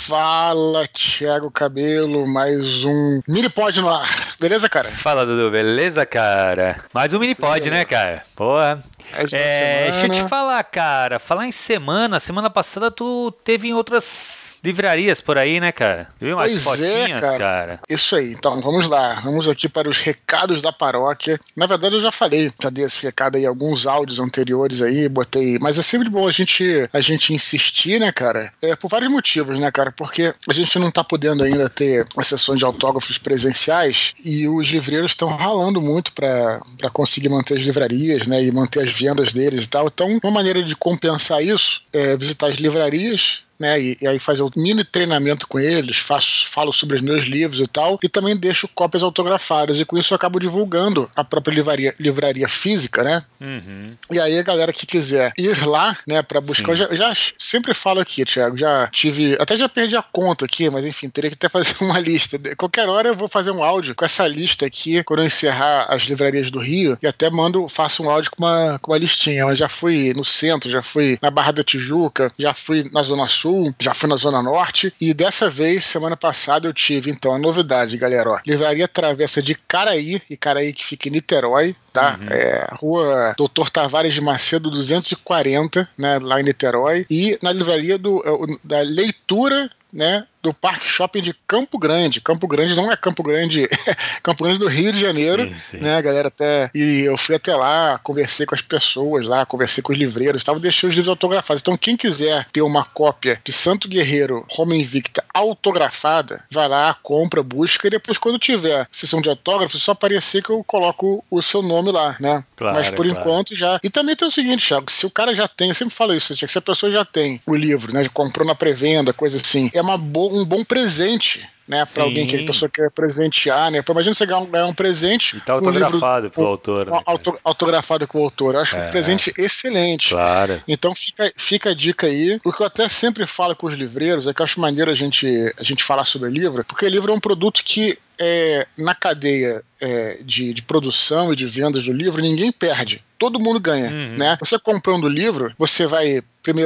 Fala, Thiago Cabelo, mais um Minipod no ar. Beleza, cara? Fala, Dudu, beleza, cara? Mais um Minipod, né, cara? Porra. Deixa eu te falar, cara. Falar em semana passada tu teve em outras livrarias por aí, né, cara? Viu umas fotinhas, cara? Isso aí, então vamos lá. Vamos aqui para os recados da paróquia. Na verdade, eu já falei, já dei esse recado aí, alguns áudios anteriores aí, botei. Mas é sempre bom a gente insistir, né, cara? Por vários motivos, né, cara? Porque a gente não tá podendo ainda ter as sessões de autógrafos presenciais e os livreiros estão ralando muito para conseguir manter as livrarias, né, e manter as vendas deles e tal. Então, uma maneira de compensar isso é visitar as livrarias, né, e aí fazer um mini treinamento com eles, falo sobre os meus livros e tal, e também deixo cópias autografadas, e com isso eu acabo divulgando a própria livraria física, né? Uhum. E aí a galera que quiser ir lá, né, pra buscar, eu já sempre falo aqui, Thiago, até já perdi a conta aqui, mas enfim, teria que até fazer uma lista. Qualquer hora eu vou fazer um áudio com essa lista aqui, quando eu encerrar as livrarias do Rio, e até faço um áudio com uma listinha. Eu já fui no centro, já fui na Barra da Tijuca, já fui na Zona Sul, já fui na Zona Norte, e dessa vez, semana passada, eu tive, então, a novidade, galera, ó, Livraria Travessa de Caraí, e Caraí que fica em Niterói, tá? Uhum. Rua Doutor Tavares de Macedo 240, né, lá em Niterói, e na livraria da leitura, né, do Parque Shopping de Campo Grande. Campo Grande não é Campo Grande, Campo Grande do Rio de Janeiro, sim. Né, galera, e eu fui até lá, conversei com as pessoas lá, conversei com os livreiros, deixei os livros autografados. Então quem quiser ter uma cópia de Santo Guerreiro, Roma Invicta autografada, vai lá, compra, busca, e depois quando tiver sessão de autógrafos, só aparecer que eu coloco o seu nome lá, né? Claro, mas por enquanto já... E também tem o seguinte, Thiago, se o cara já tem, eu sempre falo isso, se a pessoa já tem o livro, né, comprou na pré-venda, coisa assim, é um bom presente, né, para alguém que a pessoa quer presentear, né? Imagina você ganhar um presente, e tá autografado pro autor, né, autografado com o autor. Eu acho um presente excelente. Claro. Então fica a dica aí. O que eu até sempre falo com os livreiros é que eu acho maneiro a gente falar sobre livro, porque livro é um produto que na cadeia de produção e de vendas do livro, ninguém perde. Todo mundo ganha, né? Você comprando o livro, você vai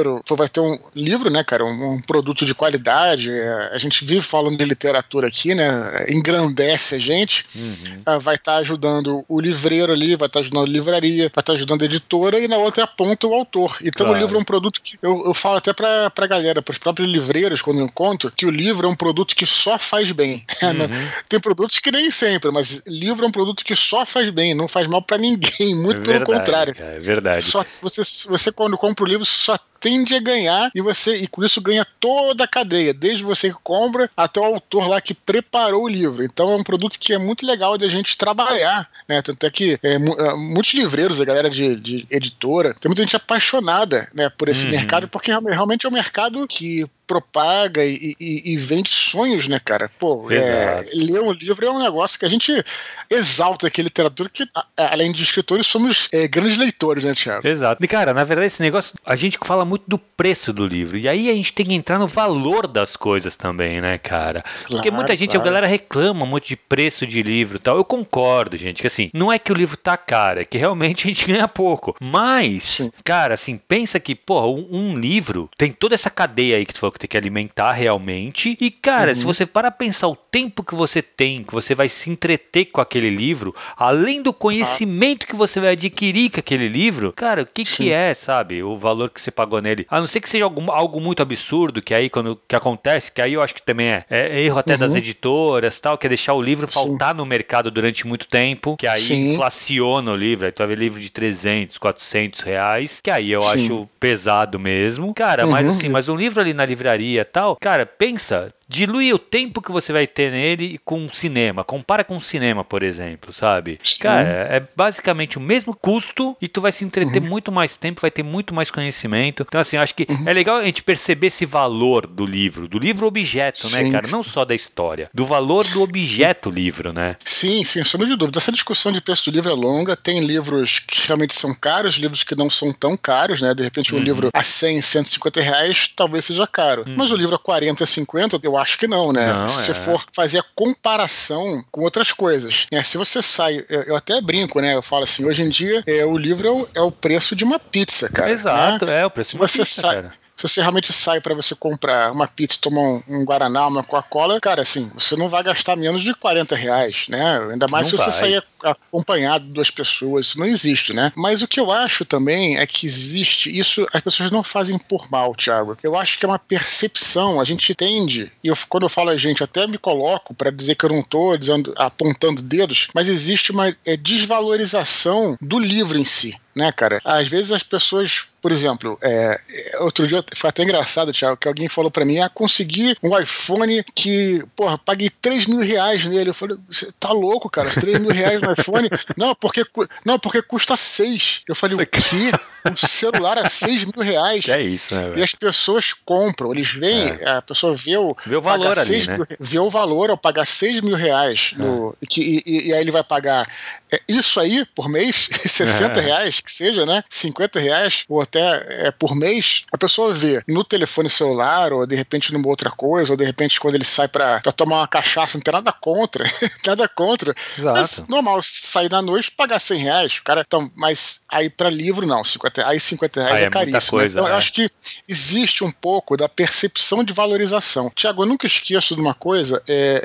ter um livro, né, cara, um produto de qualidade. A gente vive falando de literatura aqui, né? Engrandece a gente. Vai estar ajudando o livreiro ali, vai estar ajudando a livraria, vai estar ajudando a editora, e na outra aponta o autor. Então claro. O livro é um produto que eu falo até pra galera, pros próprios livreiros, quando eu encontro, que o livro é um produto que só faz bem. Tem produtos que nem sempre, mas livro é um produto que só faz bem, não faz mal pra ninguém, muito pelo contrário. Cara, é verdade. Você quando compra o livro, só tende a ganhar, e com isso ganha toda a cadeia, desde você que compra até o autor lá que preparou o livro. Então é um produto que é muito legal de a gente trabalhar, né? Tanto é que muitos livreiros, a galera de editora, tem muita gente apaixonada, né, por esse mercado, porque realmente é um mercado que propaga e vende sonhos, né, cara? Pô, ler um livro é um negócio que a gente exalta aqui, literatura, que além de escritores, somos grandes leitores, né, Thiago? Exato. E, cara, na verdade, esse negócio, a gente fala muito do preço do livro, e aí a gente tem que entrar no valor das coisas também, né, cara? Porque muita gente, a galera reclama muito de preço de livro e tal. Eu concordo, gente, que assim, não é que o livro tá caro, é que realmente a gente ganha pouco. Mas, cara, assim, pensa que, porra, um livro tem toda essa cadeia aí que tu falou que tem que alimentar realmente. E, cara, se você parar a pensar o tempo que você tem, que você vai se entreter com aquele livro, além do conhecimento que você vai adquirir com aquele livro, cara, o que é, sabe, o valor que você pagou nele? A não ser que seja algo muito absurdo, que aí que acontece, que aí eu acho que também é erro até das editoras, tal, que é deixar o livro faltar no mercado durante muito tempo, que aí inflaciona o livro, aí tu vai ver livro de 300, 400 reais, que aí eu acho pesado mesmo. Cara, mas um livro ali na livraria e tal, cara, pensa... Dilui o tempo que você vai ter nele com cinema. Compara com cinema, por exemplo, sabe? Cara, é basicamente o mesmo custo e tu vai se entreter muito mais tempo, vai ter muito mais conhecimento. Então, assim, eu acho que é legal a gente perceber esse valor do livro objeto, né, cara? Não só da história, do valor do objeto livro, né? Sim, sem sombra de dúvida. Essa discussão de preço do livro é longa. Tem livros que realmente são caros, livros que não são tão caros, né? De repente, um livro a 100, 150 reais talvez seja caro. Mas o livro a 40, 50, eu acho que não, né? Não, se você for fazer a comparação com outras coisas, né? Se você sai, eu até brinco, né? Eu falo assim, hoje em dia o livro é o preço de uma pizza, cara. Exato, né? o preço de uma pizza, cara. se você realmente sai pra você comprar uma pizza, tomar um Guaraná, uma Coca-Cola, cara, assim, você não vai gastar menos de R$40, né? Ainda mais se você sair acompanhado de 2 pessoas, isso não existe, né? Mas o que eu acho também é que existe, isso as pessoas não fazem por mal, Thiago. Eu acho que é uma percepção, a gente tende, e quando eu falo a gente, até me coloco pra dizer que eu não tô apontando dedos, mas existe uma desvalorização do livro em si, né, cara? Às vezes as pessoas, por exemplo, outro dia foi até engraçado, Thiago, que alguém falou pra mim, consegui um iPhone que, porra, paguei R$3.000 nele. Eu falei, você tá louco, cara? R$3.000 no iPhone? Não, porque custa 6. Eu falei, o quê? Um celular a R$6.000? Que é isso, né, velho? E as pessoas compram, eles veem, a pessoa vê o valor ali, né? Vê o valor ao pagar R$6.000 e aí ele vai pagar isso aí por mês, R$60, que seja, né? R$50 ou até por mês. A pessoa vê no telefone celular, ou de repente numa outra coisa, ou de repente quando ele sai pra tomar uma cachaça, não tem nada contra. Nada contra. Exato. Mas normal, sair da noite pagar R$100, cara. Então, mas aí pra livro não, R$50 é caríssimo. Coisa, então eu acho que existe um pouco da percepção de valorização. Tiago, eu nunca esqueço de uma coisa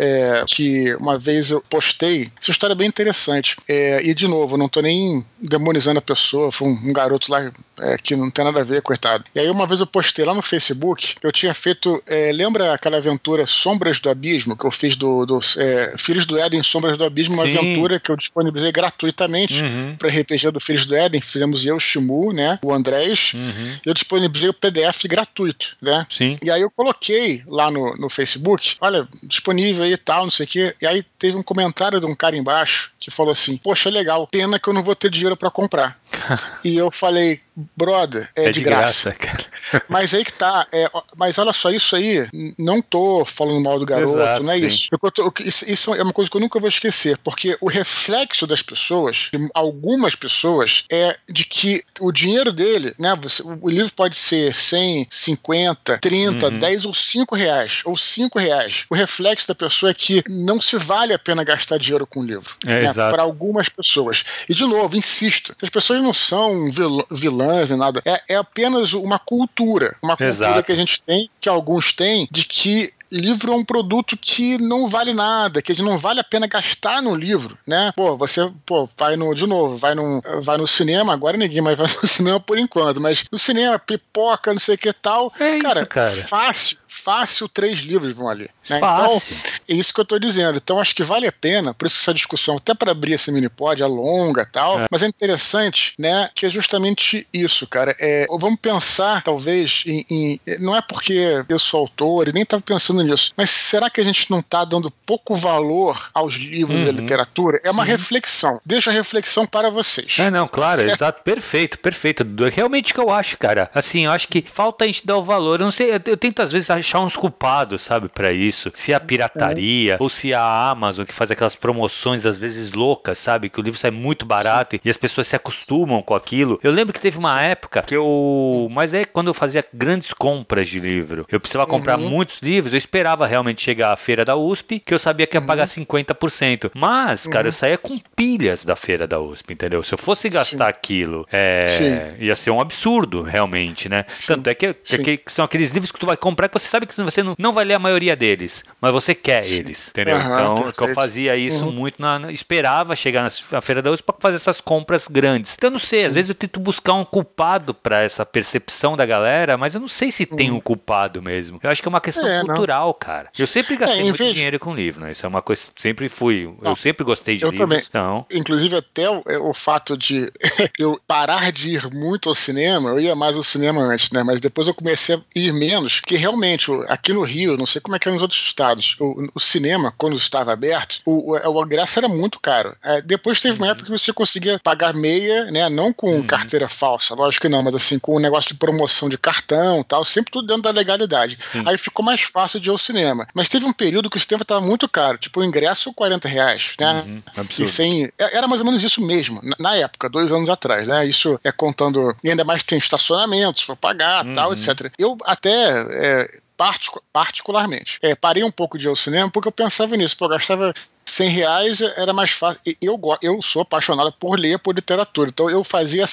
que uma vez eu postei, essa história é bem interessante, e de novo, eu não tô nem demonizando a pessoa, foi um garoto lá que não tem nada a ver, coitado. E aí uma vez eu postei lá no Facebook, eu tinha feito, lembra aquela aventura Sombras do Abismo, que eu fiz do Filhos do Éden, Sombras do Abismo, uma aventura que eu disponibilizei gratuitamente para RPG do Filhos do Éden, fizemos eu, o Shimu, né, o Andrés, eu disponibilizei o PDF gratuito, né? Sim. E aí eu coloquei lá no Facebook, olha, disponível aí e tal, não sei o quê, e aí teve um comentário de um cara embaixo que falou assim, poxa, legal, pena que eu não vou ter dinheiro pra comprar. E eu falei, brother, de graça. Cara. Mas aí que tá, mas olha só, isso aí, não tô falando mal do garoto, exato, não é isso. Isso é uma coisa que eu nunca vou esquecer, porque o reflexo das pessoas, de algumas pessoas, é de que o dinheiro dele, né, o livro pode ser 100, 50, 30, 10 ou R$5, ou R$5. O reflexo da pessoa é que não se vale a pena gastar dinheiro com o livro, né, para algumas pessoas. E de novo, insisto, as pessoas não são vilãs nem nada, é apenas uma cultura que a gente tem, que alguns têm, de que livro é um produto que não vale nada, que não vale a pena gastar no livro, né? Você vai no cinema, agora ninguém mais vai no cinema por enquanto, mas no cinema, pipoca, não sei o que tal, cara. Fácil 3 livros vão ali, né? Então, é isso que eu tô dizendo. Então, acho que vale a pena, por isso essa discussão, até para abrir esse mini-pod, é longa e tal, mas é interessante, né, que é justamente isso, cara. Vamos pensar, talvez, não é porque eu sou autor e nem tava pensando nisso, mas será que a gente não tá dando pouco valor aos livros e à literatura? É uma reflexão. Deixa a reflexão para vocês. Não, claro, certo? Exato, perfeito. Realmente o que eu acho, cara. Assim, eu acho que falta a gente dar o valor. Eu não sei, eu tento às vezes achar uns culpados, sabe, pra isso. Se é a pirataria, ou se é a Amazon que faz aquelas promoções às vezes loucas, sabe, que o livro sai muito barato e as pessoas se acostumam com aquilo. Eu lembro que teve uma época que mas quando eu fazia grandes compras de livro, eu precisava comprar muitos livros, eu esperava realmente chegar à feira da USP, que eu sabia que ia pagar 50%. Mas, cara, eu saía com pilhas da feira da USP, entendeu? Se eu fosse gastar aquilo, ia ser um absurdo, realmente, né? Tanto é que são aqueles livros que tu vai comprar que você sabe que você não vai ler a maioria deles, mas você quer eles, entendeu? Então, eu fazia isso muito, esperava chegar na feira da USP para fazer essas compras grandes. Então, eu não sei, às vezes eu tento buscar um culpado para essa percepção da galera, mas eu não sei se tem um culpado mesmo. Eu acho que é uma questão cultural, cara. Eu sempre gastei muito dinheiro com livro, né? Isso é uma coisa, sempre fui. Eu sempre gostei de livros. Também. Então. Inclusive, até o fato de eu parar de ir muito ao cinema, eu ia mais ao cinema antes, né? Mas depois eu comecei a ir menos, porque realmente, aqui no Rio, não sei como é que é nos outros estados, o cinema, quando estava aberto, o ingresso era muito caro. Depois teve uma época que você conseguia pagar meia, né? Não com carteira falsa, lógico que não, mas assim, com um negócio de promoção de cartão e tal, sempre tudo dentro da legalidade. Aí ficou mais fácil de ir ao cinema. Mas teve um período que o cinema estava muito caro, tipo o ingresso R$40, né? Absurdo. Era mais ou menos isso mesmo, na época, 2 anos atrás, né? Isso é contando, e ainda mais tem estacionamento, se for pagar, tal, etc. Eu até particularmente parei um pouco de ir ao cinema porque eu pensava nisso, eu gastava R$100 era mais fácil. Eu sou apaixonado por ler, por literatura. Então eu fazia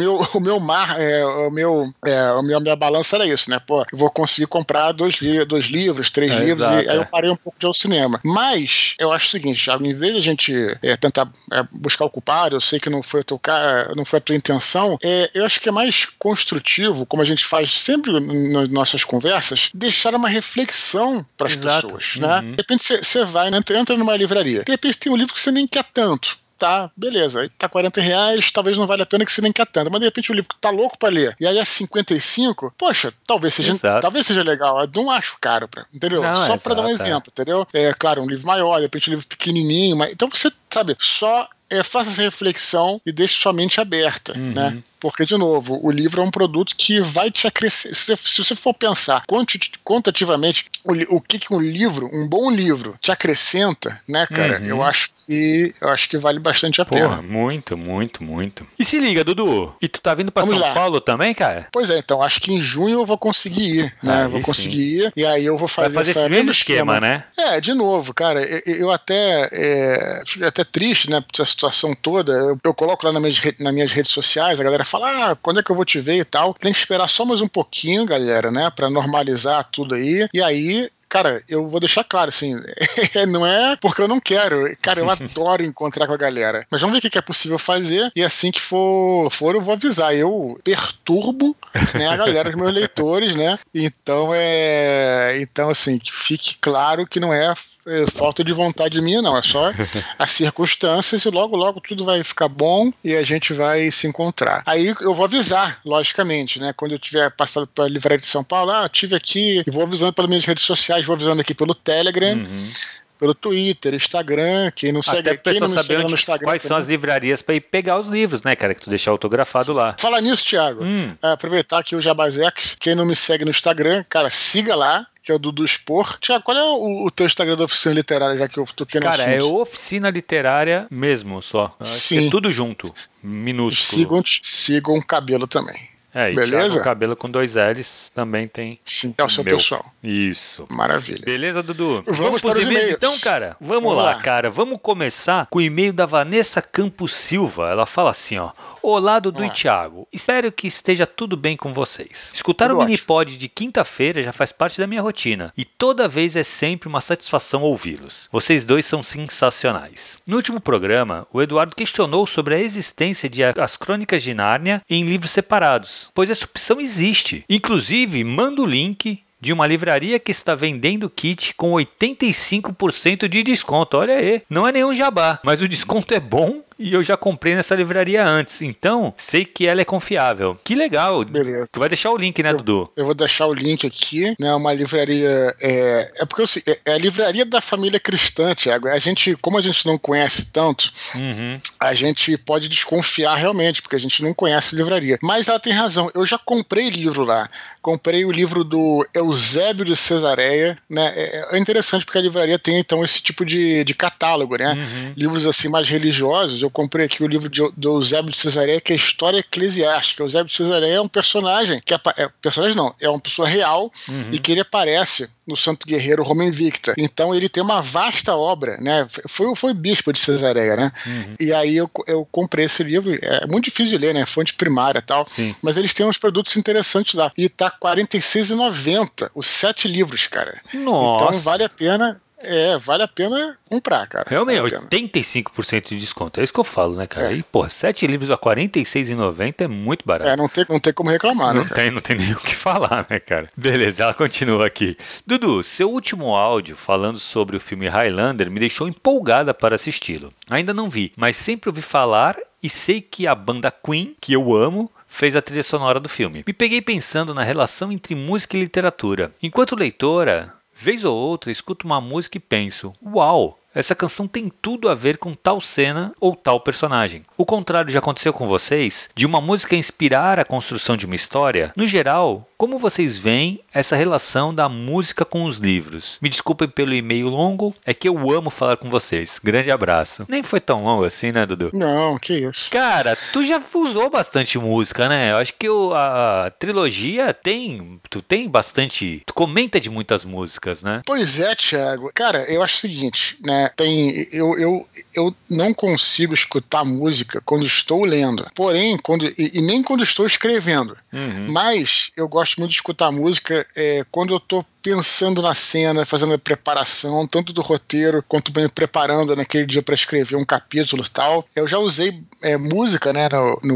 a minha balança era isso, né? Pô, eu vou conseguir comprar dois livros, 3 livros, e aí eu parei um pouco de ir ao cinema. Mas eu acho o seguinte, Thiago, em vez de a gente tentar buscar o culpado, eu sei que não foi a tua intenção, eu acho que é mais construtivo, como a gente faz sempre nas nossas conversas, deixar uma reflexão para as pessoas, né? De repente você vai, né, entra numa livraria, de repente tem um livro que você nem quer tanto. Tá, beleza, aí tá R$40, talvez não valha a pena que você nem quer tanto, mas de repente o livro que tá louco pra ler, e aí é 55, poxa, talvez seja legal, eu não acho caro, entendeu? Só pra dar um exemplo, entendeu? Claro, um livro maior, de repente um livro pequenininho, então você, sabe, só faça essa reflexão e deixe sua mente aberta, né? Porque, de novo, o livro é um produto que vai te acrescentar. Se você for pensar quantitativamente o que um bom livro te acrescenta, né, cara? Eu acho que vale bastante a pena. Muito, muito, muito. E se liga, Dudu, e tu tá vindo pra São Paulo também, cara? Pois é, então, acho que em junho eu vou conseguir ir, né? Vou conseguir ir, e aí eu vou fazer esse mesmo esquema, né? De novo, cara, eu até fico até triste, né, por essa situação toda. Eu coloco lá nas minhas redes sociais, a galera fala, quando é que eu vou te ver e tal. Tem que esperar só mais um pouquinho, galera, né, pra normalizar tudo aí, e aí, cara, eu vou deixar claro, assim, não é porque eu não quero. Cara, eu adoro encontrar com a galera. Mas vamos ver o que é possível fazer, e assim que for eu vou avisar. Eu perturbo, né, a galera, os meus leitores, né? Então, assim, que fique claro que não é falta de vontade minha, não. É só as circunstâncias e logo tudo vai ficar bom e a gente vai se encontrar. Aí eu vou avisar, logicamente, né? Quando eu tiver passado pela Livraria de São Paulo, estive aqui, e vou avisando pelas minhas redes sociais, vou avisando aqui pelo Telegram, pelo Twitter, Instagram, quem não segue no Instagram. Quais são as livrarias para ir pegar os livros, né, cara, que tu deixar autografado lá. Fala nisso, Thiago. Aproveitar aqui o Jabazex, quem não me segue no Instagram, cara, siga lá, que é o Dudu Spor. Tiago, qual é o teu Instagram da Oficina Literária, já que eu toquei no assunto? Cara, é Oficina Literária mesmo, só. Sim. É tudo junto, minúsculo. Sigam o Cabelo também. E beleza? Thiago Cabelo com 2 L's também tem. Sim, é o seu pessoal. Isso. Maravilha. Beleza, Dudu? Vamos para os e-mails. Então, cara. Vamos lá, cara. Vamos começar com o e-mail da Vanessa Campos Silva. Ela fala assim, ó. Olá, Dudu e Thiago. Espero que esteja tudo bem com vocês. Escutar o Minipod de quinta-feira já faz parte da minha rotina. E toda vez é sempre uma satisfação ouvi-los. Vocês dois são sensacionais. No último programa, o Eduardo questionou sobre a existência de As Crônicas de Nárnia em livros separados, pois essa opção existe. Inclusive, manda o link de uma livraria que está vendendo kit com 85% de desconto. Olha aí, não é nenhum jabá, mas o desconto é bom. E eu já comprei nessa livraria antes, então sei que ela é confiável. Que legal. Beleza. Tu vai deixar o link, né, Dudu? Eu vou deixar o link aqui, né? Uma livraria. Porque é a livraria da família cristã, Thiago. Como a gente não conhece tanto, a gente pode desconfiar realmente, porque a gente não conhece a livraria. Mas ela tem razão. Eu já comprei livro lá. Comprei o livro do Eusébio de Cesareia, né? É interessante porque a livraria tem, então, esse tipo de catálogo, né? Livros assim mais religiosos. Eu comprei aqui o livro do Eusébio de Cesareia, que é História Eclesiástica. O Eusébio de Cesareia é um personagem é uma pessoa real e que ele aparece no Santo Guerreiro Roma Invicta. Então ele tem uma vasta obra, né? Foi bispo de Cesareia, né? E aí eu comprei esse livro. É muito difícil de ler, né? Fonte primária e tal. Sim. Mas eles têm uns produtos interessantes lá. E tá R$ 46,90 os 7 livros, cara. Nossa. Então vale a pena. Vale a pena comprar, cara. Realmente, 85% de desconto. É isso que eu falo, né, cara? E, 7 livros a R$ 46,90 é muito barato. Não tem como reclamar, né, cara? Não tem nem o que falar, né, cara? Beleza, ela continua aqui. Dudu, seu último áudio falando sobre o filme Highlander me deixou empolgada para assisti-lo. Ainda não vi, mas sempre ouvi falar e sei que a banda Queen, que eu amo, fez a trilha sonora do filme. Me peguei pensando na relação entre música e literatura. Enquanto leitora, vez ou outra, escuto uma música e penso, uau, essa canção tem tudo a ver com tal cena ou tal personagem. O contrário já aconteceu com vocês? De uma música inspirar a construção de uma história? No geral, como vocês veem essa relação da música com os livros? Me desculpem pelo e-mail longo, é que eu amo falar com vocês. Grande abraço. Nem foi tão longo assim, né, Dudu? Não, que isso. Cara, tu já usou bastante música, né? Eu acho que a trilogia tu tem bastante... Tu comenta de muitas músicas, né? Pois é, Thiago. Cara, eu acho o seguinte, né? Eu não consigo escutar música quando estou lendo. Porém, nem quando estou escrevendo. Mas eu gosto muito de escutar música quando eu tô pensando na cena, fazendo a preparação, tanto do roteiro quanto me preparando naquele dia para escrever um capítulo e tal. Eu já usei música, né,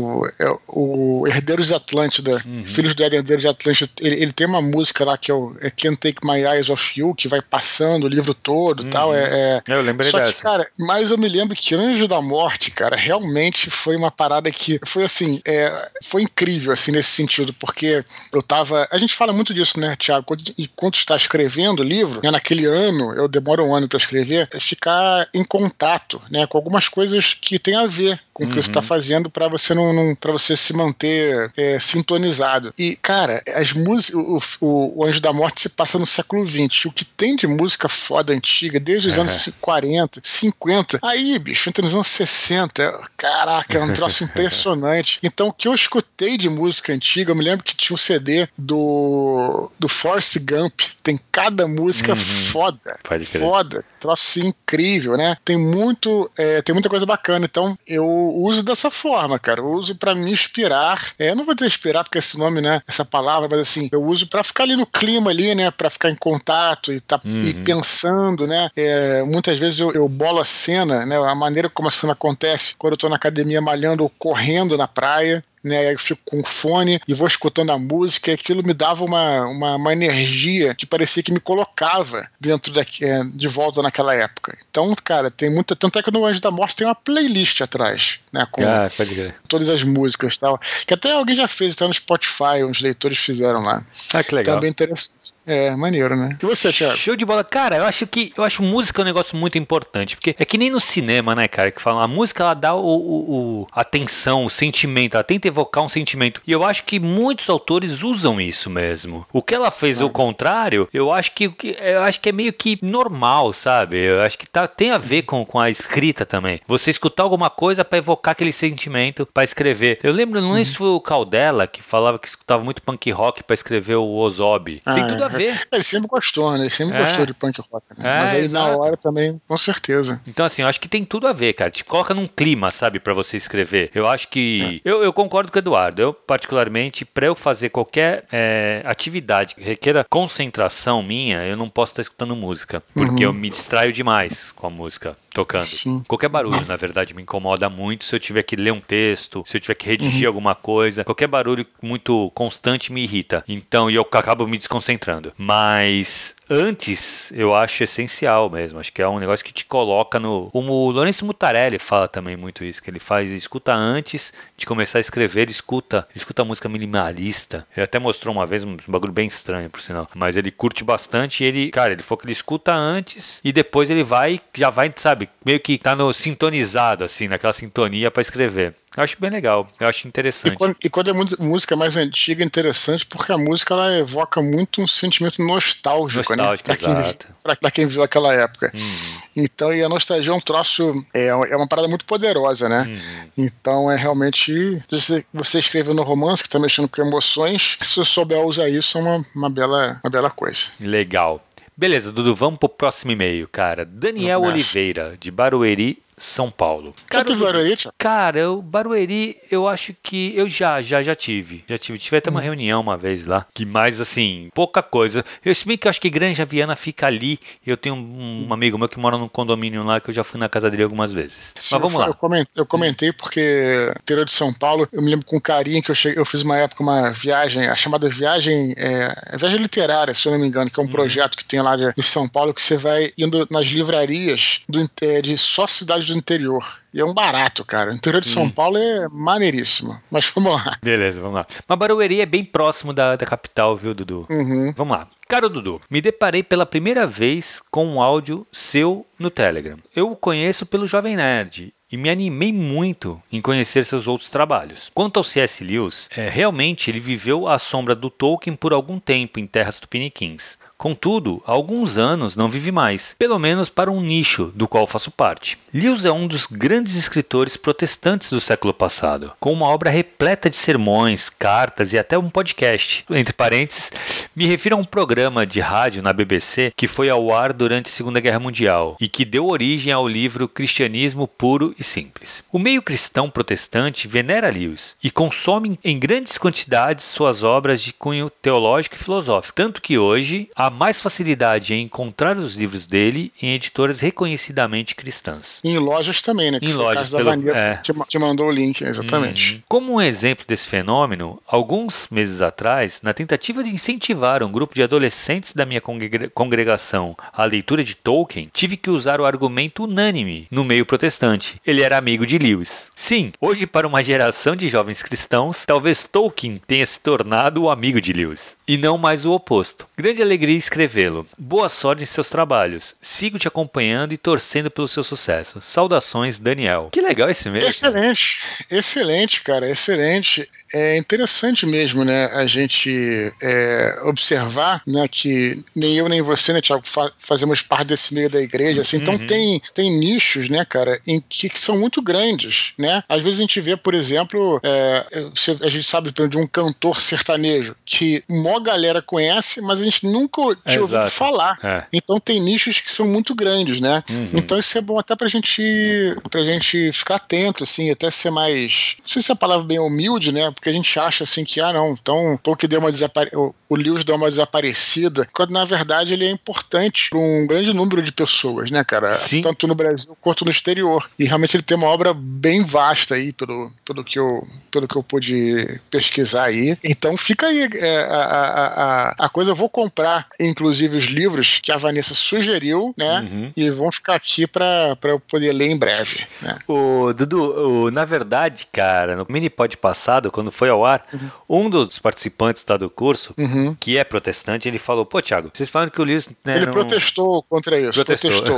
o Herdeiros de Atlântida, Filhos do Éden, Herdeiros de Atlântida, ele tem uma música lá que é Can't Take My Eyes Off You, que vai passando o livro todo e tal. Eu lembrei dessa. Só que, cara, mas eu me lembro que Anjo da Morte, cara, realmente foi uma parada que foi assim, foi incrível, assim, nesse sentido, porque a gente fala muito disso, né, Thiago, quando está escrevendo o livro, né, naquele ano, eu demoro um ano para escrever, ficar em contato, né, com algumas coisas que tem a ver com o que você está fazendo para você para você se manter sintonizado. E, cara, as músicas, o Anjo da Morte se passa no século XX. O que tem de música foda antiga, desde os anos 40, 50, aí, bicho, entra nos anos 60, caraca, é um troço impressionante. Então, o que eu escutei de música antiga, eu me lembro que tinha um CD do Forrest Gump, tem cada música foda, troço incrível, né? Tem muita coisa bacana, então eu uso dessa forma, cara, eu uso pra me inspirar, não vou dizer inspirar porque esse nome, né, essa palavra, mas assim, eu uso pra ficar ali no clima ali, né, pra ficar em contato e pensando, né, muitas vezes eu bolo a cena, né, a maneira como a cena acontece quando eu tô na academia malhando ou correndo na praia, né, aí eu fico com fone e vou escutando a música, e aquilo me dava uma energia que parecia que me colocava dentro de volta naquela época. Então, cara, tem muita, tanto é que no Anjo da Morte tem uma playlist atrás, né, com todas as músicas e tal, que até alguém já fez, até no Spotify, uns leitores fizeram lá. Que legal. Também interessante. Maneiro, né? E você, Thiago? Show de bola. Cara, eu acho música um negócio muito importante, porque é que nem no cinema, né, cara, que falam, a música, ela dá a tensão, o sentimento, ela tenta evocar um sentimento. E eu acho que muitos autores usam isso mesmo. O que ela fez o contrário, eu acho que é meio que normal, sabe? Eu acho que tem a ver com a escrita também. Você escutar alguma coisa pra evocar aquele sentimento pra escrever. Eu lembro, não sei se foi o Caldela que falava que escutava muito punk rock pra escrever o Ozob. Tem tudo a ver. Ele sempre gostou, né? Ele sempre gostou de punk rock. Né? Mas aí exato. Na hora também, com certeza. Então, assim, eu acho que tem tudo a ver, cara. Te coloca num clima, sabe, pra você escrever. Eu acho que... Eu concordo com o Eduardo. Eu, particularmente, pra eu fazer qualquer atividade que requeira concentração minha, eu não posso estar escutando música. Porque eu me distraio demais com a música tocando. Sim. Qualquer barulho, na verdade, me incomoda muito. Se eu tiver que ler um texto, se eu tiver que redigir alguma coisa, qualquer barulho muito constante me irrita. Então, eu acabo me desconcentrando. Mas antes, eu acho essencial mesmo. Acho que é um negócio que te coloca no... O Lourenço Mutarelli fala também muito isso, que ele escuta antes de começar a escrever, ele escuta música minimalista. Ele até mostrou uma vez um bagulho bem estranho, por sinal. Mas ele curte bastante e ele falou que ele escuta antes e depois ele já vai, sabe, meio que tá sintonizado, assim, naquela sintonia pra escrever. Eu acho bem legal, eu acho interessante. E quando é música mais antiga, é interessante porque a música, ela evoca muito um sentimento nostálgico, né? Exato. Pra quem viu aquela época. Então, e a nostalgia é um troço, é uma parada muito poderosa, né? Então, realmente, você escrevendo romance, que tá mexendo com emoções, se você souber usar isso, é uma bela coisa. Legal. Beleza, Dudu, vamos pro próximo e-mail, cara. Daniel Oliveira, de Barueri, São Paulo. Cara, o Barueri, eu acho que eu já tive. Tive até uma reunião uma vez lá, que mais assim, pouca coisa. Se bem que eu acho que Granja Viana fica ali, eu tenho um amigo meu que mora num condomínio lá, que eu já fui na casa dele algumas vezes. Sim, mas vamos lá. Eu comentei porque interior de São Paulo, eu me lembro com carinho que eu fiz uma época uma viagem, a chamada viagem literária, se eu não me engano, que é um projeto que tem lá de São Paulo, que você vai indo nas livrarias de só cidades do interior. E é um barato, cara. O interior de São Paulo é maneiríssimo. Mas vamos lá. Beleza, vamos lá. Mas Barueri é bem próximo da capital, viu, Dudu? Vamos lá. Caro Dudu, me deparei pela primeira vez com um áudio seu no Telegram. Eu o conheço pelo Jovem Nerd e me animei muito em conhecer seus outros trabalhos. Quanto ao C.S. Lewis, realmente ele viveu à sombra do Tolkien por algum tempo em terras tupiniquins. Contudo, há alguns anos não vive mais, pelo menos para um nicho do qual faço parte. Lewis é um dos grandes escritores protestantes do século passado, com uma obra repleta de sermões, cartas e até um podcast. Entre parênteses, me refiro a um programa de rádio na BBC que foi ao ar durante a Segunda Guerra Mundial e que deu origem ao livro Cristianismo Puro e Simples. O meio cristão protestante venera Lewis e consome em grandes quantidades suas obras de cunho teológico e filosófico, tanto que hoje há mais facilidade em encontrar os livros dele em editoras reconhecidamente cristãs. E em lojas também, né? Que em foi lojas, o caso da Vanessa, te mandou o link, exatamente. Como um exemplo desse fenômeno, alguns meses atrás, na tentativa de incentivar um grupo de adolescentes da minha congregação à leitura de Tolkien, tive que usar o argumento unânime no meio protestante. Ele era amigo de Lewis. Sim, hoje para uma geração de jovens cristãos, talvez Tolkien tenha se tornado o amigo de Lewis, e não mais o oposto. Grande alegria escrevê-lo. Boa sorte em seus trabalhos. Sigo te acompanhando e torcendo pelo seu sucesso. Saudações, Daniel. Que legal esse mesmo. Excelente. Excelente, cara. Excelente. É interessante mesmo, né? A gente observar, né, que nem eu nem você, né, Thiago, fazemos parte desse meio da igreja, assim. Então tem nichos, né, cara, em que são muito grandes, né? Às vezes a gente vê, por exemplo, a gente sabe de um cantor sertanejo que uma galera conhece, mas a gente nunca tinha ouvido falar. Então tem nichos que são muito grandes, né? Então isso é bom até pra gente ficar atento, assim, até ser mais, não sei se a palavra é bem humilde, né? Porque a gente acha assim que, não, então Tolkien deu o Lewis deu uma desaparecida, quando na verdade ele é importante para um grande número de pessoas, né, cara? Sim. Tanto no Brasil quanto no exterior. E realmente ele tem uma obra bem vasta aí, pelo que eu pude pesquisar aí. Então fica aí a coisa. Eu vou comprar, inclusive, os livros que a Vanessa sugeriu, né? E vão ficar aqui para eu poder ler em breve, né? Dudu, na verdade, cara, no Minipod passado, quando foi ao ar, um dos participantes do curso, que é protestante, ele falou, pô, Thiago, vocês falam que o Lewis... Né, ele protestou contra isso. Protestou.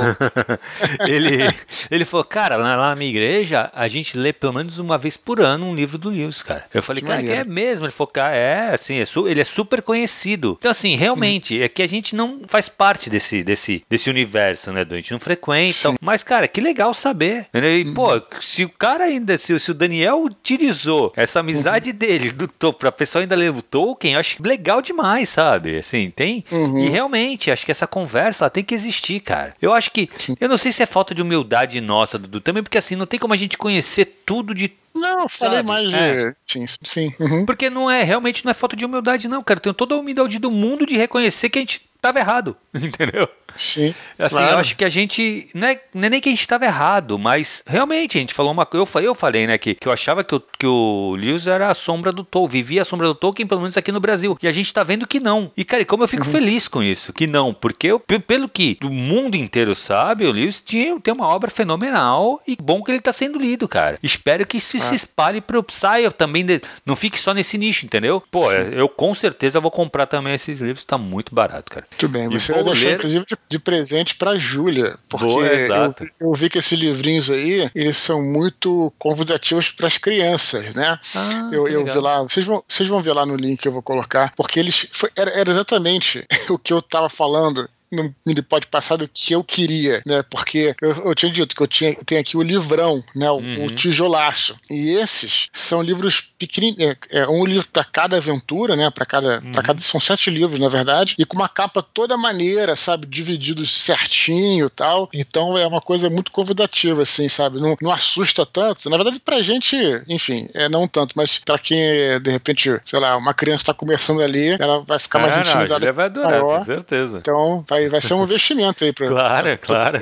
ele falou, cara, lá na minha igreja, a gente lê pelo menos uma vez por ano um livro do Lewis, cara. Eu falei, cara, que é mesmo? Ele falou, cara, assim, ele é super conhecido. Então, assim, realmente, é que a gente não faz parte desse universo, né, a gente não frequenta. Mas, cara, que legal saber. E, pô, se o cara ainda, se o Daniel utilizou essa amizade dele pra pessoa ainda ler o Tolkien, eu acho legal demais, sabe? Assim, tem... E realmente, acho que essa conversa, ela tem que existir, cara. Eu acho que... Eu não sei se é falta de humildade nossa, Dudu, também porque, assim, não tem como a gente conhecer tudo de... Não, eu falei mais de... Sim. Porque realmente não é falta de humildade, não, cara. Eu tenho toda a humildade do mundo de reconhecer que a gente estava errado, entendeu? Sim. Assim, claro. Eu acho que a gente. Não é nem que a gente estava errado, mas realmente a gente falou uma coisa. Eu falei, né, que eu achava que o Lewis era a sombra do Tolkien, vivia a sombra do Tolkien, pelo menos aqui no Brasil. E a gente tá vendo que não. E, cara, como eu fico feliz com isso, que não, porque pelo que o mundo inteiro sabe, o Lewis tem uma obra fenomenal e bom que ele tá sendo lido, cara. Espero que isso se espalhe saia também, não fique só nesse nicho, entendeu? Pô, eu com certeza vou comprar também esses livros, tá muito barato, cara. Muito bem, você vai deixar, inclusive, de presente pra Júlia, porque eu vi que esses livrinhos aí, eles são muito convidativos para as crianças, né? Eu vi lá, vocês vão ver lá no link que eu vou colocar, porque era exatamente o que eu tava falando no Minipod passado que eu queria, né? Porque eu tinha dito que eu tenho aqui o livrão, né? O tijolaço. E esses são livros pequenininhos, um livro para cada aventura, né? São 7 livros, na verdade, e com uma capa toda maneira, sabe? Divididos certinho e tal. Então é uma coisa muito convidativa, assim, sabe? Não assusta tanto. Na verdade, pra gente, enfim, não tanto, mas pra quem, de repente, sei lá, uma criança tá começando ali, ela vai ficar mais intimidada. Ela vai adorar, com certeza. Então, vai ser um investimento aí Claro.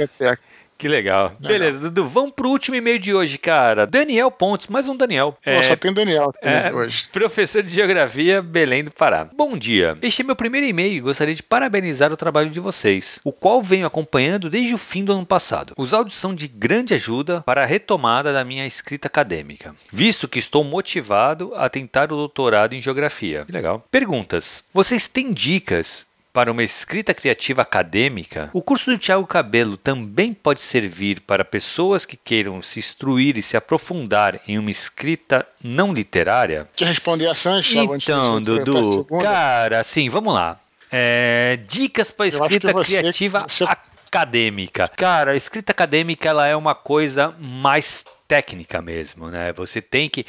Que legal. Beleza, Dudu, vamos pro último e-mail de hoje, cara. Daniel Pontes, mais um Daniel. Só tem Daniel hoje. Professor de Geografia, Belém do Pará. Bom dia. Este é meu primeiro e-mail e gostaria de parabenizar o trabalho de vocês, o qual venho acompanhando desde o fim do ano passado. Os áudios são de grande ajuda para a retomada da minha escrita acadêmica, visto que estou motivado a tentar o doutorado em Geografia. Que legal. Perguntas. Vocês têm dicas para uma escrita criativa acadêmica, o curso do Thiago Cabello também pode servir para pessoas que queiram se instruir e se aprofundar em uma escrita não literária? Quer responder a Sanches? Então, Dudu, cara, assim, vamos lá. Dicas para escrita criativa acadêmica. Cara, a escrita acadêmica ela é uma coisa mais técnica mesmo, né? Você tem que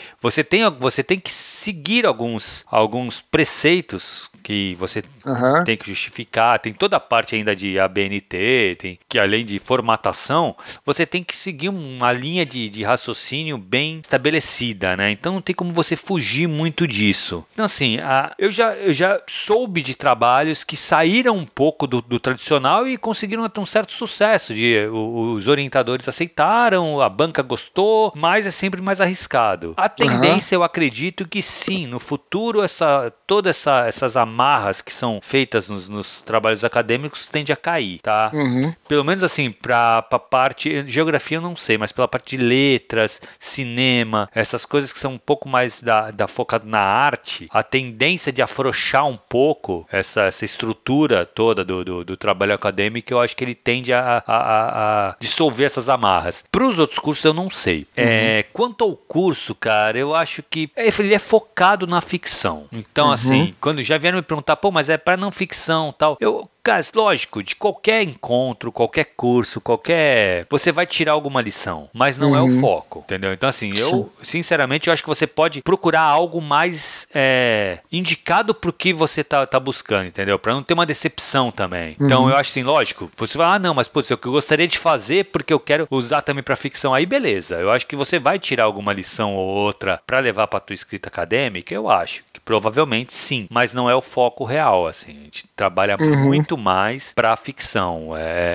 seguir alguns preceitos que você tem que justificar, tem toda a parte ainda de ABNT, tem que além de formatação, você tem que seguir uma linha de raciocínio bem estabelecida, né? Então não tem como você fugir muito disso. Então assim, eu já soube de trabalhos que saíram um pouco do tradicional e conseguiram ter um certo sucesso, os orientadores aceitaram, a banca gostou, mas é sempre mais arriscado. A tendência, eu acredito que sim, no futuro todas essas amarras que são feitas nos trabalhos acadêmicos tende a cair, tá? Pelo menos assim, para parte, geografia eu não sei, mas pela parte de letras, cinema, essas coisas que são um pouco mais focado na arte, a tendência de afrouxar um pouco essa estrutura toda do trabalho acadêmico, eu acho que ele tende a dissolver essas amarras. Para os outros cursos eu não sei. Quanto ao curso, cara, eu acho que ele é focado na ficção. Então, assim, quando já vieram me perguntar, pô, mas é para não ficção tal, cara, lógico, de qualquer encontro, qualquer curso, você vai tirar alguma lição, mas não é o foco, entendeu? Então, assim, sinceramente, eu acho que você pode procurar algo mais indicado pro que você tá buscando, entendeu? Pra não ter uma decepção também. Então, eu acho assim, lógico, você vai, não, mas, putz, é o que eu gostaria de fazer porque eu quero usar também pra ficção. Aí, beleza. Eu acho que você vai tirar alguma lição ou outra pra levar pra tua escrita acadêmica, eu acho. Provavelmente sim, mas não é o foco real, assim. A gente trabalha muito mais para ficção.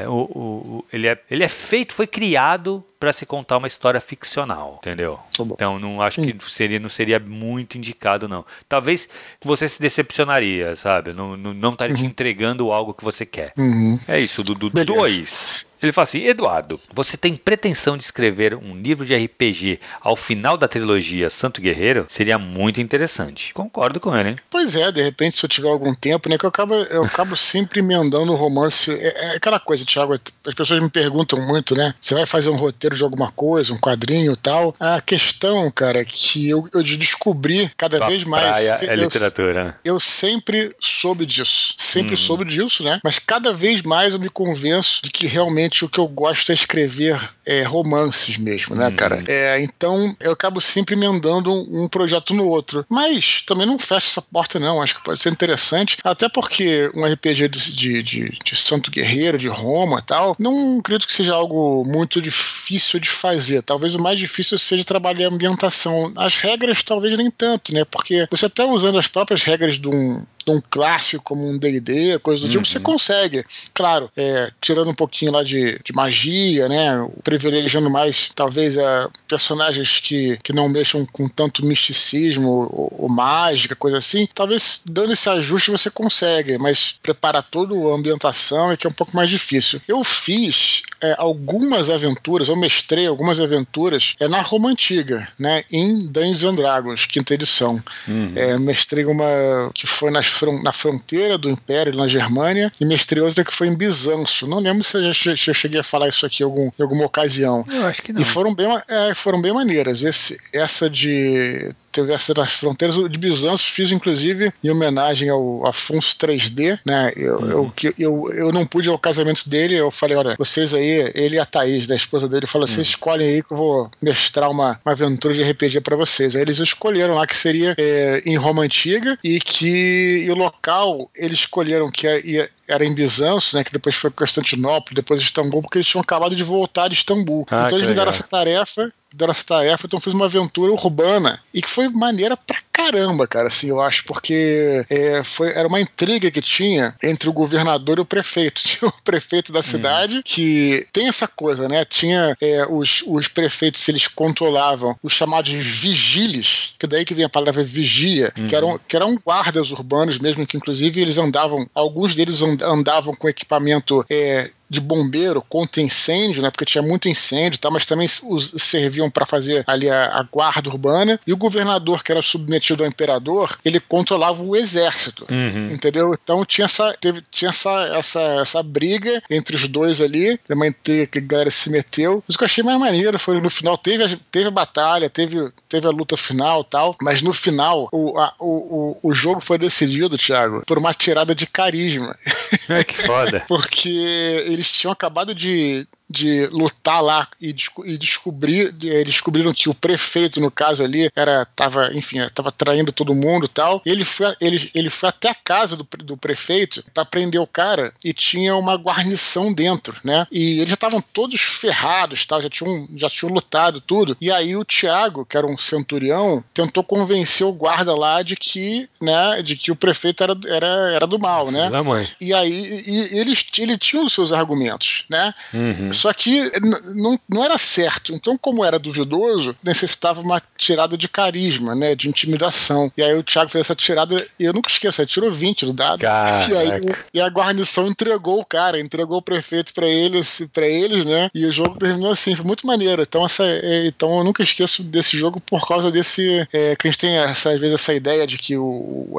Ele foi criado para se contar uma história ficcional, entendeu? Então não acho que não seria muito indicado, não. Talvez você se decepcionaria, sabe? Não estaria te entregando algo que você quer. É isso, Dudu. 2. Ele fala assim, Eduardo, você tem pretensão de escrever um livro de RPG ao final da trilogia Santo Guerreiro? Seria muito interessante. Concordo com ele, hein? Pois é, de repente, se eu tiver algum tempo, né, que eu acabo sempre emendando o romance. É aquela coisa, Thiago, as pessoas me perguntam muito, né? Você vai fazer um roteiro de alguma coisa, um quadrinho e tal? A questão, cara, que eu descobri cada vez mais... É literatura. Eu sempre soube disso. Soube disso, né? Mas cada vez mais eu me convenço de que realmente o que eu gosto é escrever romances mesmo, né, cara? Então, eu acabo sempre emendando um projeto no outro. Mas também não fecho essa porta, não. Acho que pode ser interessante. Até porque um RPG de Santo Guerreiro, de Roma e tal, não acredito que seja algo muito difícil de fazer. Talvez o mais difícil seja trabalhar a ambientação. As regras, talvez nem tanto, né? Porque você até usando as próprias regras de um clássico como um D&D, coisa do tipo, você consegue. Claro, tirando um pouquinho lá de magia, né? Privilegiando mais, talvez, personagens que não mexam com tanto misticismo ou mágica, coisa assim. Talvez dando esse ajuste você consegue, mas preparar toda a ambientação é que é um pouco mais difícil. Eu fiz algumas aventuras, eu mestrei algumas aventuras na Roma Antiga, né? Em Dungeons and Dragons, 5ª edição. Mestrei uma que foi na fronteira do Império, na Germânia, e mestrei outra que foi em Bizâncio. Não lembro se eu cheguei a falar isso aqui em alguma ocasião. Eu acho que não. E foram bem maneiras. Essa das fronteiras de Bizâncio fiz inclusive em homenagem ao Afonso 3D, né? Eu não pude ir ao casamento dele. Eu falei, olha, vocês aí, ele e a Thaís, da esposa dele, falou, vocês escolhem aí que eu vou mestrar uma aventura de RPG pra vocês. Aí eles escolheram lá que seria em Roma Antiga e o local eles escolheram que era em Bizâncio, né, que depois foi Constantinopla, depois Istambul, porque eles tinham acabado de voltar de Istambul. Então eles me deram essa tarefa, então eu fiz uma aventura urbana e que foi maneira pra caramba, cara, assim, eu acho, porque era uma intriga que tinha entre o governador e o prefeito. Tinha o prefeito da cidade, que tem essa coisa, né, tinha os prefeitos, eles controlavam os chamados vigílios, que daí que vem a palavra vigia, que eram guardas urbanos mesmo, que inclusive eles andavam, alguns deles andavam com equipamento de bombeiro contra incêndio, né? Porque tinha muito incêndio, tá? Mas também serviam para fazer ali a guarda urbana. E o governador, que era submetido ao imperador, ele controlava o exército, entendeu? Então tinha essa briga entre os dois ali, uma intriga que a galera se meteu. Mas o que eu achei mais maneiro foi no final, teve a batalha, teve a luta final e tal, mas no final o jogo foi decidido, Thiago, por uma tirada de carisma. Que foda. Porque eles tinham acabado de lutar lá e descobriram que o prefeito, no caso ali, tava traindo todo mundo e tal. Ele foi até a casa do prefeito pra prender o cara e tinha uma guarnição dentro, né? E eles já estavam todos ferrados, tal, já tinham lutado tudo. E aí o Thiago, que era um centurião, tentou convencer o guarda lá de que o prefeito era do mal, né? E aí ele tinha os seus argumentos, né? Só que não era certo. Então, como era duvidoso, necessitava uma tirada de carisma, né? De intimidação. E aí o Thiago fez essa tirada, e eu nunca esqueço, ele tirou 20 do dado. E a guarnição entregou o cara, entregou o prefeito pra eles, né? E o jogo terminou assim, foi muito maneiro. Então eu nunca esqueço desse jogo por causa desse... que a gente tem, às vezes, essa ideia de que o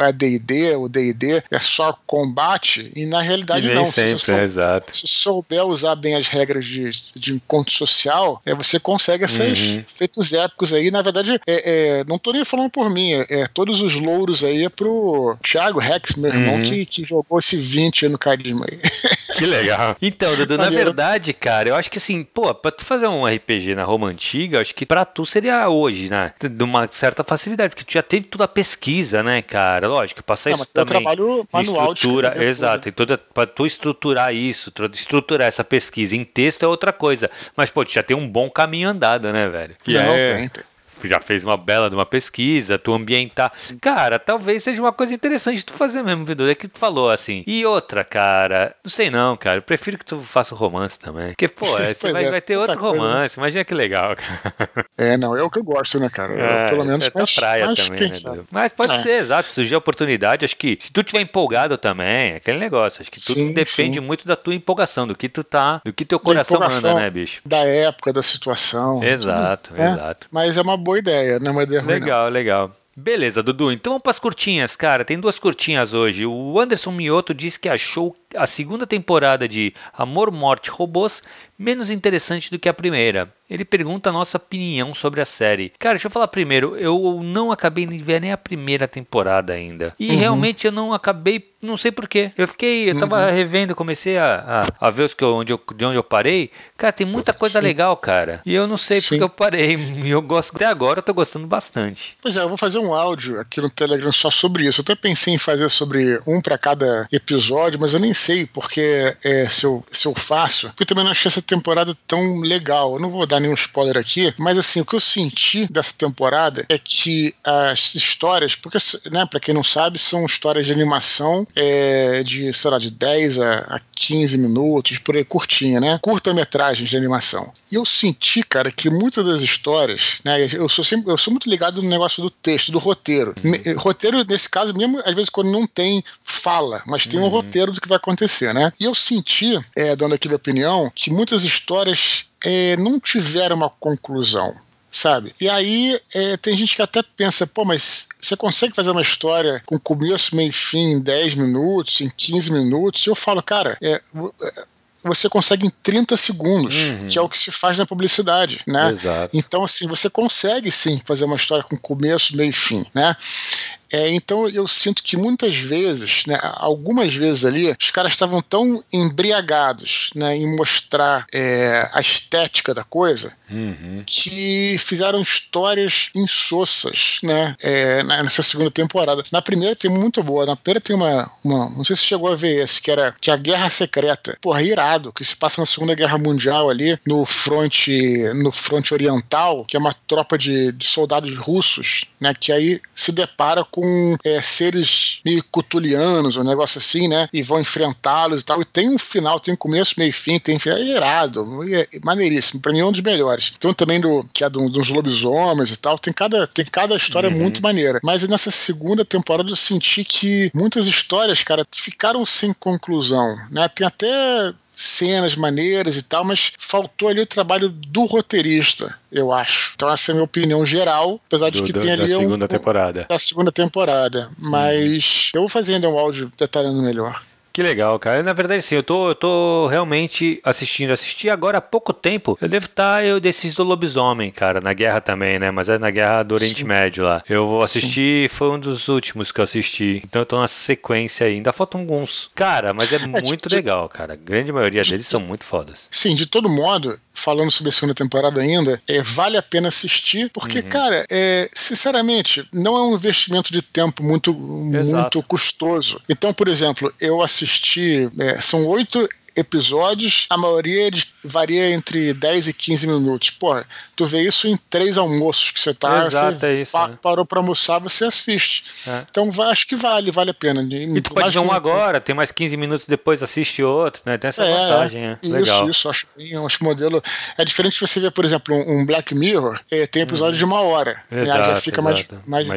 D&D é só combate, e na realidade não. Exato. Se souber usar bem as regras de encontro social, você consegue esses feitos épicos aí. Na verdade, não tô nem falando por mim, todos os louros aí é pro Thiago Rex, meu irmão, que jogou esse 20 no carisma aí. Que legal. Então, Dudu, na verdade, cara, eu acho que assim, pra tu fazer um RPG na Roma Antiga, eu acho que pra tu seria hoje, né? De uma certa facilidade, porque tu já teve toda a pesquisa, né, cara? Lógico, passar isso também. Trabalho manual estrutura, exato, pra tu estruturar isso, estruturar essa pesquisa em texto é outra coisa. Mas, tu já tem um bom caminho andado, né, velho? Já fez uma bela de uma pesquisa, tu ambientar. Cara, talvez seja uma coisa interessante tu fazer mesmo, Vitor. É que tu falou assim. E outra, cara, não sei não, cara. Eu prefiro que tu faça o romance também. Porque, você vai ter outro romance. Imagina que legal, cara. É o que eu gosto, né, cara? Pelo menos tua praia também, né? Mas pode ser, exato. Se surgir a oportunidade, acho que se tu tiver empolgado também, é aquele negócio. Acho que tudo depende muito da tua empolgação, do que teu coração manda, né, bicho? Da época, da situação. Exato. Mas é uma boa ideia, não é uma ideia ruim. Legal. Beleza, Dudu. Então vamos para as curtinhas, cara. Tem 2 curtinhas hoje. O Anderson Mioto disse que achou a segunda temporada de Amor, Morte, Robôs menos interessante do que a primeira. Ele pergunta a nossa opinião sobre a série. Cara, deixa eu falar primeiro. Eu não acabei de ver nem a primeira temporada ainda. E realmente eu não acabei, não sei porquê. Eu tava revendo, comecei a ver de onde eu parei. Cara, tem muita coisa legal, cara. E eu não sei porque eu parei. E eu gosto, até agora eu tô gostando bastante. Pois é, eu vou fazer um áudio aqui no Telegram só sobre isso. Eu até pensei em fazer sobre um pra cada episódio, mas eu nem sei porque se eu faço. Porque eu também não achei essa temporada tão legal. Eu não vou dar nenhum spoiler aqui, mas assim, o que eu senti dessa temporada é que as histórias, porque, né, pra quem não sabe, são histórias de animação de 10 a 15 minutos, por aí, curtinha, né? Curta-metragem de animação. E eu senti, cara, que muitas das histórias, né, eu sou muito ligado no negócio do texto, do roteiro. Roteiro, nesse caso mesmo, às vezes quando não tem fala, mas tem um roteiro do que vai acontecer, né? E eu senti, dando aqui minha opinião, que muitas histórias não tiveram uma conclusão, sabe? E aí tem gente que até pensa, mas você consegue fazer uma história com começo, meio e fim em 10 minutos, em 15 minutos? E eu falo, cara, você consegue em 30 segundos, que é o que se faz na publicidade, né? Exato. Então, assim, você consegue sim fazer uma história com começo, meio e fim, né? Então eu sinto que muitas vezes, né, algumas vezes ali, os caras estavam tão embriagados, né, em mostrar a estética da coisa, que fizeram histórias insossas, né, nessa segunda temporada. Na primeira tem muito boa, na primeira tem uma não sei se você chegou a ver esse, que é a Guerra Secreta. Porra, irado, que se passa na Segunda Guerra Mundial ali, no fronte oriental, que é uma tropa de soldados russos, né, que aí se depara com seres meio cutulianos, um negócio assim, né? E vão enfrentá-los e tal. E tem um final, tem um começo, meio e fim, é irado, maneiríssimo. Pra mim é um dos melhores. Tem também que é dos lobisomens e tal. Tem cada história muito maneira. Mas nessa segunda temporada eu senti que muitas histórias, cara, ficaram sem conclusão, né? Tem até cenas maneiras e tal, mas faltou ali o trabalho do roteirista, eu acho. Então essa é a minha opinião geral, apesar de que tem ali da segunda temporada. Da segunda temporada. Mas eu vou fazer ainda um áudio detalhando melhor. Que legal, cara. Na verdade, sim, eu tô realmente assisti agora há pouco tempo. Eu devo estar, eu desci do Lobisomem, cara, na guerra também, né? Mas é na guerra do Oriente Médio lá. Eu vou assistir, foi um dos últimos que eu assisti. Então eu tô na sequência aí. Ainda faltam alguns. Cara, mas é muito legal, cara. A grande maioria deles são muito fodas. Sim, de todo modo, falando sobre a segunda temporada ainda, vale a pena assistir, porque, cara, sinceramente, não é um investimento de tempo muito custoso. Então, por exemplo, eu assisti, são 8 episódios, a maioria varia entre 10 e 15 minutos. Porra, tu vê isso em 3 almoços que você tá, parou pra almoçar, você assiste. Então acho que vale a pena. E tu pode ver um agora, tem mais 15 minutos depois assiste outro, né? Tem essa vantagem. Legal. Isso, acho que o modelo é diferente de você ver, por exemplo, um Black Mirror, tem episódio de 1 hora. Exato, já fica mais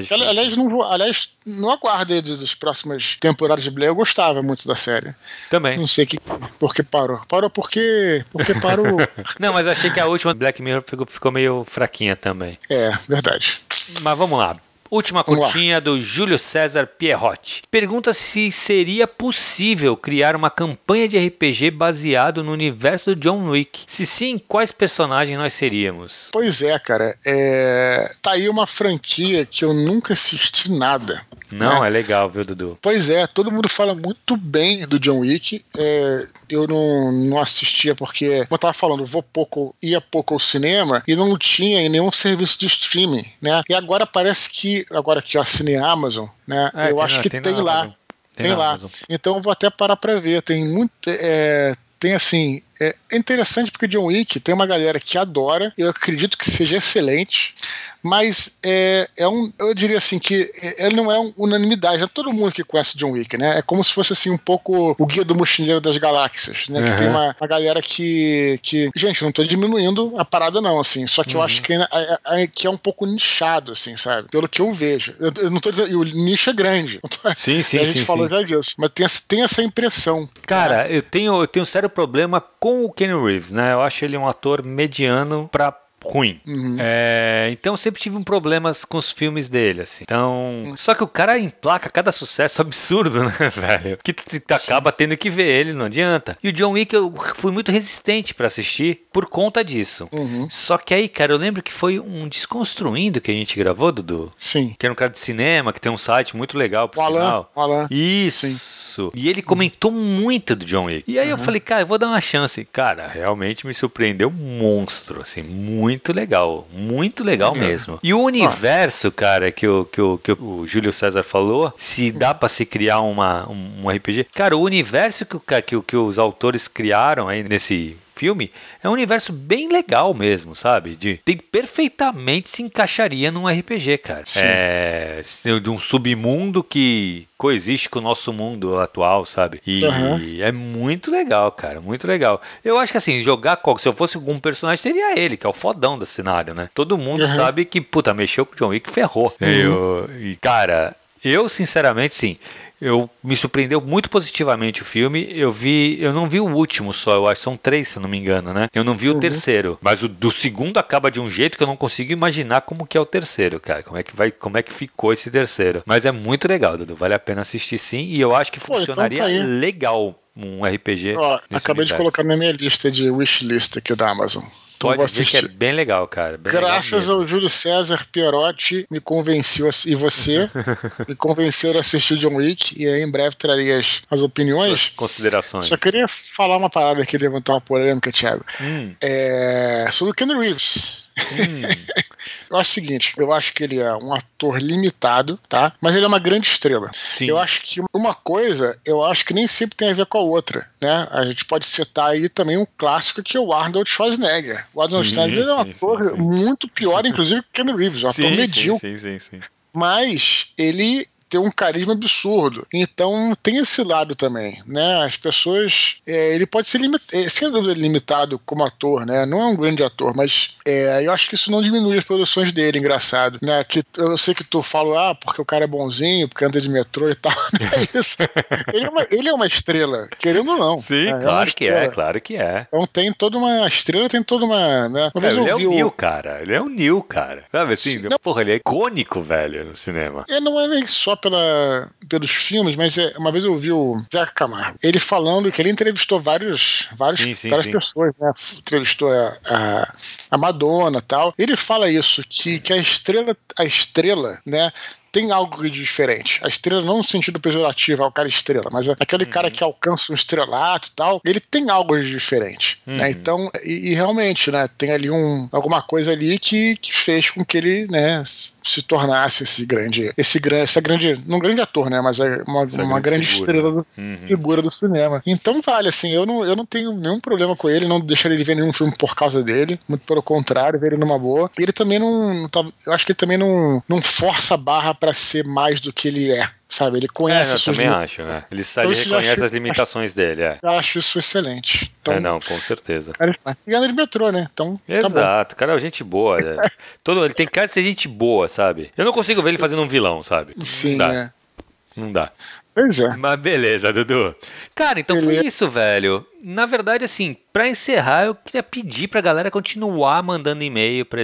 aliás, não aguardo aí das próximas temporadas de Blair, eu gostava muito da série. Também. Não sei por que parou. Parou porque parou. Não, mas eu achei que a última Black Mirror ficou meio fraquinha também. Verdade. Mas vamos lá. Última curtinha do Júlio César Pierrotti. Pergunta se seria possível criar uma campanha de RPG baseado no universo do John Wick. Se sim, quais personagens nós seríamos? Pois é, cara. Tá aí uma franquia que eu nunca assisti nada. Não, é legal, viu, Dudu? Pois é, todo mundo fala muito bem do John Wick. Eu não assistia porque, como eu tava falando, ia pouco ao cinema e não tinha em nenhum serviço de streaming, né? E agora parece que, agora que eu assinei a Amazon, né? Eu acho que tem lá. Tem lá. Amazon. Então eu vou até parar pra ver. Tem muito. Tem assim. É interessante porque John Wick tem uma galera que adora, eu acredito que seja excelente, mas eu diria assim que ele não é unanimidade, é todo mundo que conhece John Wick, né? É como se fosse assim um pouco o Guia do Mochileiro das Galáxias, né? Que tem uma galera que gente, não tô diminuindo a parada não, assim, só que eu acho que é um pouco nichado, assim, sabe? Pelo que eu vejo. Eu não tô dizendo, e o nicho é grande. Sim. A gente falou já disso, mas tem essa impressão. Cara, né? Eu tenho um sério problema com o Keanu Reeves, né? Eu acho ele um ator mediano pra ruim. Então eu sempre tive problemas com os filmes dele, assim. Então, só que o cara emplaca cada sucesso absurdo, né, velho? Que tu acaba tendo que ver ele, não adianta. E o John Wick eu fui muito resistente pra assistir por conta disso. Só que aí, cara, eu lembro que foi um Desconstruindo que a gente gravou, Dudu. Sim. Que era um cara de cinema, que tem um site muito legal, por sinal. Alan. Isso. Sim. E ele comentou muito do John Wick. E aí eu falei, cara, eu vou dar uma chance. Cara, realmente me surpreendeu monstro, assim, muito legal mesmo. E o universo, cara, que o Júlio César falou, se dá pra se criar um RPG, cara, o universo que os autores criaram aí nesse filme é um universo bem legal mesmo, sabe? Perfeitamente se encaixaria num RPG, cara. De um submundo que coexiste com o nosso mundo atual, sabe? E é muito legal, cara, muito legal. Eu acho que assim, se eu fosse algum personagem, seria ele, que é o fodão do cenário, né? Todo mundo sabe que, puta, mexeu com o John Wick, ferrou. E, cara, eu sinceramente, sim, me surpreendeu muito positivamente o filme. Eu não vi o último só, eu acho que são 3, se eu não me engano, né? Eu não vi o terceiro, mas o do segundo acaba de um jeito que eu não consigo imaginar como que é o terceiro, cara. Como é que ficou esse terceiro. Mas é muito legal, Dudu, vale a pena assistir sim, e eu acho que funcionaria legal um RPG. Acabei de colocar na minha lista de wishlist aqui da Amazon. Pode ver que é bem legal, cara. Graças ao Júlio César Pierotti, me convenceu, e você me convenceram a assistir John Wick, e aí em breve trarei as opiniões. Suas considerações. Só queria falar uma parada aqui, levantar uma polêmica, Thiago. Sobre o Keanu Reeves. Eu acho o seguinte, eu acho que ele é um ator limitado, tá? Mas ele é uma grande estrela. Sim. Eu acho que uma coisa, eu acho que nem sempre tem a ver com a outra, né? A gente pode citar aí também um clássico que é o Arnold Schwarzenegger. O Arnold Schwarzenegger é um ator muito pior, inclusive, que o Keanu Reeves, um ator medíocre. Sim. Mas ele ter um carisma absurdo. Então tem esse lado também, né? As pessoas, ele pode ser sem dúvida limitado como ator, né? Não é um grande ator, mas eu acho que isso não diminui as produções dele, engraçado, né? Que eu sei que tu fala, porque o cara é bonzinho, porque anda de metrô e tal, não é isso. Ele é uma estrela, querendo ou não. Sim, claro que é, claro que é. Então tem toda uma estrela, tem toda uma, né? Uma vez ele é o Neo, cara, ele é o Neo, cara, sabe assim, porra, ele é icônico, velho, no cinema. Não é nem só pelos filmes, mas uma vez eu ouvi o Zeca Camargo, ele falando que ele entrevistou várias pessoas, né? Entrevistou a Madonna e tal. Ele fala isso, que a estrela, né? Tem algo de diferente. A estrela não no sentido pejorativo, o cara estrela, mas aquele cara que alcança um estrelato e tal, ele tem algo de diferente, né? Então, e realmente, né, tem ali alguma coisa ali que fez com que ele, né, se tornasse não grande ator, né, mas uma grande estrela, figura do cinema. Então vale, assim, eu não tenho nenhum problema com ele, não deixaria ele ver nenhum filme por causa dele, muito pelo contrário, ver ele numa boa. Ele também eu acho que ele também não força a barra pra ser mais do que ele é, sabe? Ele conhece eu também acho, né? Ele reconhece as limitações dele, Eu acho isso excelente. Então, não, com certeza. E anda de metrô, né? Então, exato, cara, é gente boa. Ele tem cara de ser gente boa, sabe? Eu não consigo ver ele fazendo um vilão, sabe? Sim, Não dá. Pois é. Mas beleza, Dudu. Cara, então foi isso, velho. Na verdade, assim, pra encerrar, eu queria pedir pra galera continuar mandando e-mail pra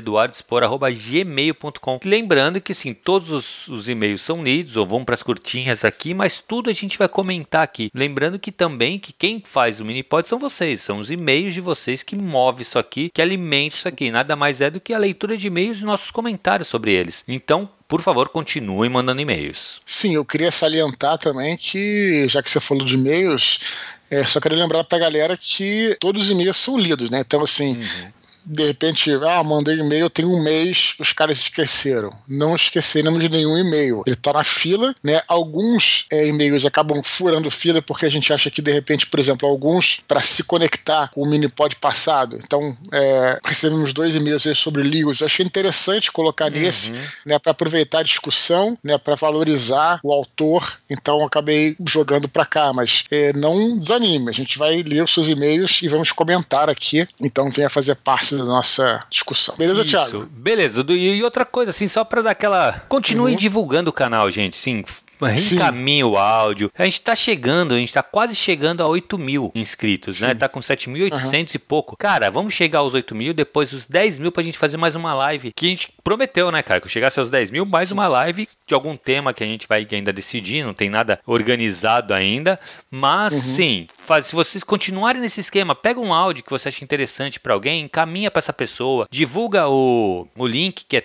eduardospor@gmail.com. Lembrando que, assim, todos os e-mails são lidos ou vão pras curtinhas aqui, mas tudo a gente vai comentar aqui. Lembrando que também que quem faz o Minipod são vocês, são os e-mails de vocês que movem isso aqui, que alimentam isso aqui. Nada mais é do que a leitura de e-mails e nossos comentários sobre eles. Então, por favor, continuem mandando e-mails. Sim, eu queria salientar também que, já que você falou de e-mails, só queria lembrar pra galera que todos os e-mails são lidos, né? Então, assim, de repente, mandei e-mail, tem um mês, os caras esqueceram. Não esqueceremos de nenhum e-mail. Ele tá na fila, né? Alguns e-mails acabam furando fila porque a gente acha que, de repente, por exemplo, alguns para se conectar com o Minipod passado. Então, recebemos 2 e-mails aí sobre livros. Eu achei interessante colocar nesse, né? Para aproveitar a discussão, né? Para valorizar o autor. Então, eu acabei jogando para cá. Mas não desanime. A gente vai ler os seus e-mails e vamos comentar aqui. Então, venha fazer parte da nossa discussão. Beleza, Thiago? Beleza. E outra coisa, assim, só para dar aquela... Continuem divulgando o canal, gente, sim. Reencaminha o áudio. A gente tá quase chegando a 8.000 inscritos, né? Tá com 7.800 e pouco. Cara, vamos chegar aos 8.000, depois os 10.000 pra gente fazer mais uma live. Que a gente prometeu, né, cara? Que eu chegasse aos 10.000, mais uma live de algum tema que a gente vai ainda decidir. Não tem nada organizado ainda. Mas, sim, se vocês continuarem nesse esquema, pega um áudio que você acha interessante pra alguém, encaminha pra essa pessoa, divulga o link que é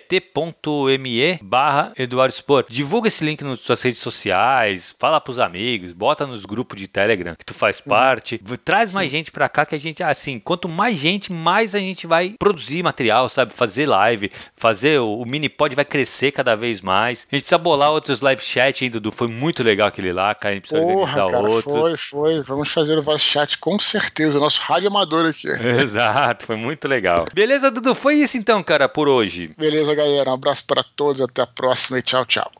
t.me/EduardoSpor. Divulga esse link nas suas redes sociais, fala pros amigos, bota nos grupos de Telegram que tu faz parte, traz mais gente pra cá que a gente, assim, quanto mais gente, mais a gente vai produzir material, sabe, fazer live, fazer o Minipod vai crescer cada vez mais, a gente precisa bolar outros live chat, hein, Dudu, foi muito legal aquele lá, cara, a gente precisa organizar outros. Foi, vamos fazer o voice chat com certeza, o nosso rádio amador aqui. Exato, foi muito legal. Beleza, Dudu, foi isso então, cara, por hoje. Beleza, galera, um abraço para todos, até a próxima e tchau, tchau.